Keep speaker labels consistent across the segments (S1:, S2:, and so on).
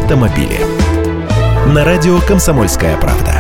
S1: автомобили. На радио «Комсомольская правда».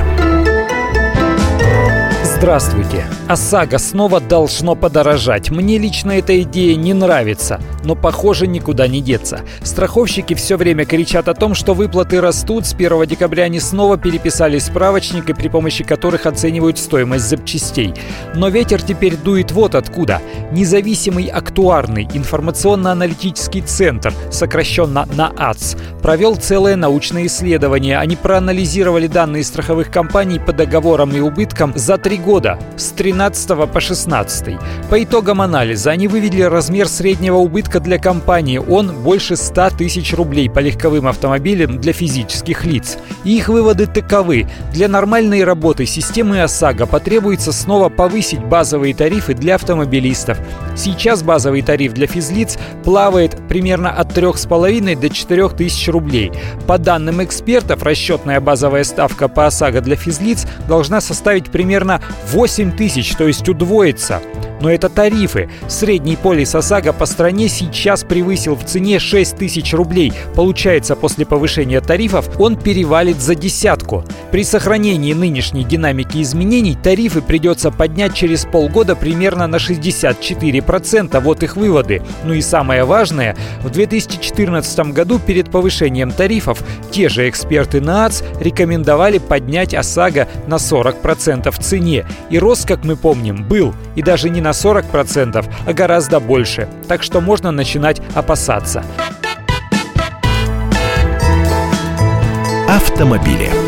S2: Здравствуйте. ОСАГО снова должно подорожать. Мне лично эта идея не нравится, но, похоже, никуда не деться. Страховщики все время кричат о том, что выплаты растут. С 1 декабря они снова переписали справочники, при помощи которых оценивают стоимость запчастей. Но ветер теперь дует вот откуда. Независимый актуарный информационно-аналитический центр, сокращенно НААЦ, провел целое научное исследование. Они проанализировали данные страховых компаний по договорам и убыткам за 3 года, с 13 по 16. По итогам анализа они вывели размер среднего убытка для компании. Он больше 100 тысяч рублей по легковым автомобилям для физических лиц. И их выводы таковы. Для нормальной работы системы ОСАГО потребуется снова повысить базовые тарифы для автомобилистов. Сейчас базовый тариф для физлиц плавает примерно от 3,5 до 4 тысяч рублей. По данным экспертов, расчетная базовая ставка по ОСАГО для физлиц должна составить примерно 8 тысяч, то есть удвоиться. Но это тарифы. Средний полис ОСАГО по стране сейчас превысил в цене 6 тысяч рублей. Получается, после повышения тарифов он перевалит за 10. При сохранении нынешней динамики изменений тарифы придется поднять через полгода примерно на 64%. Вот их выводы. Ну и самое важное, в 2014 году перед повышением тарифов те же эксперты НААЦ рекомендовали поднять ОСАГО на 40% в цене. И рост, как мы помним, был. И даже не на 40%, а гораздо больше. Так что можно начинать опасаться.
S1: Автомобили.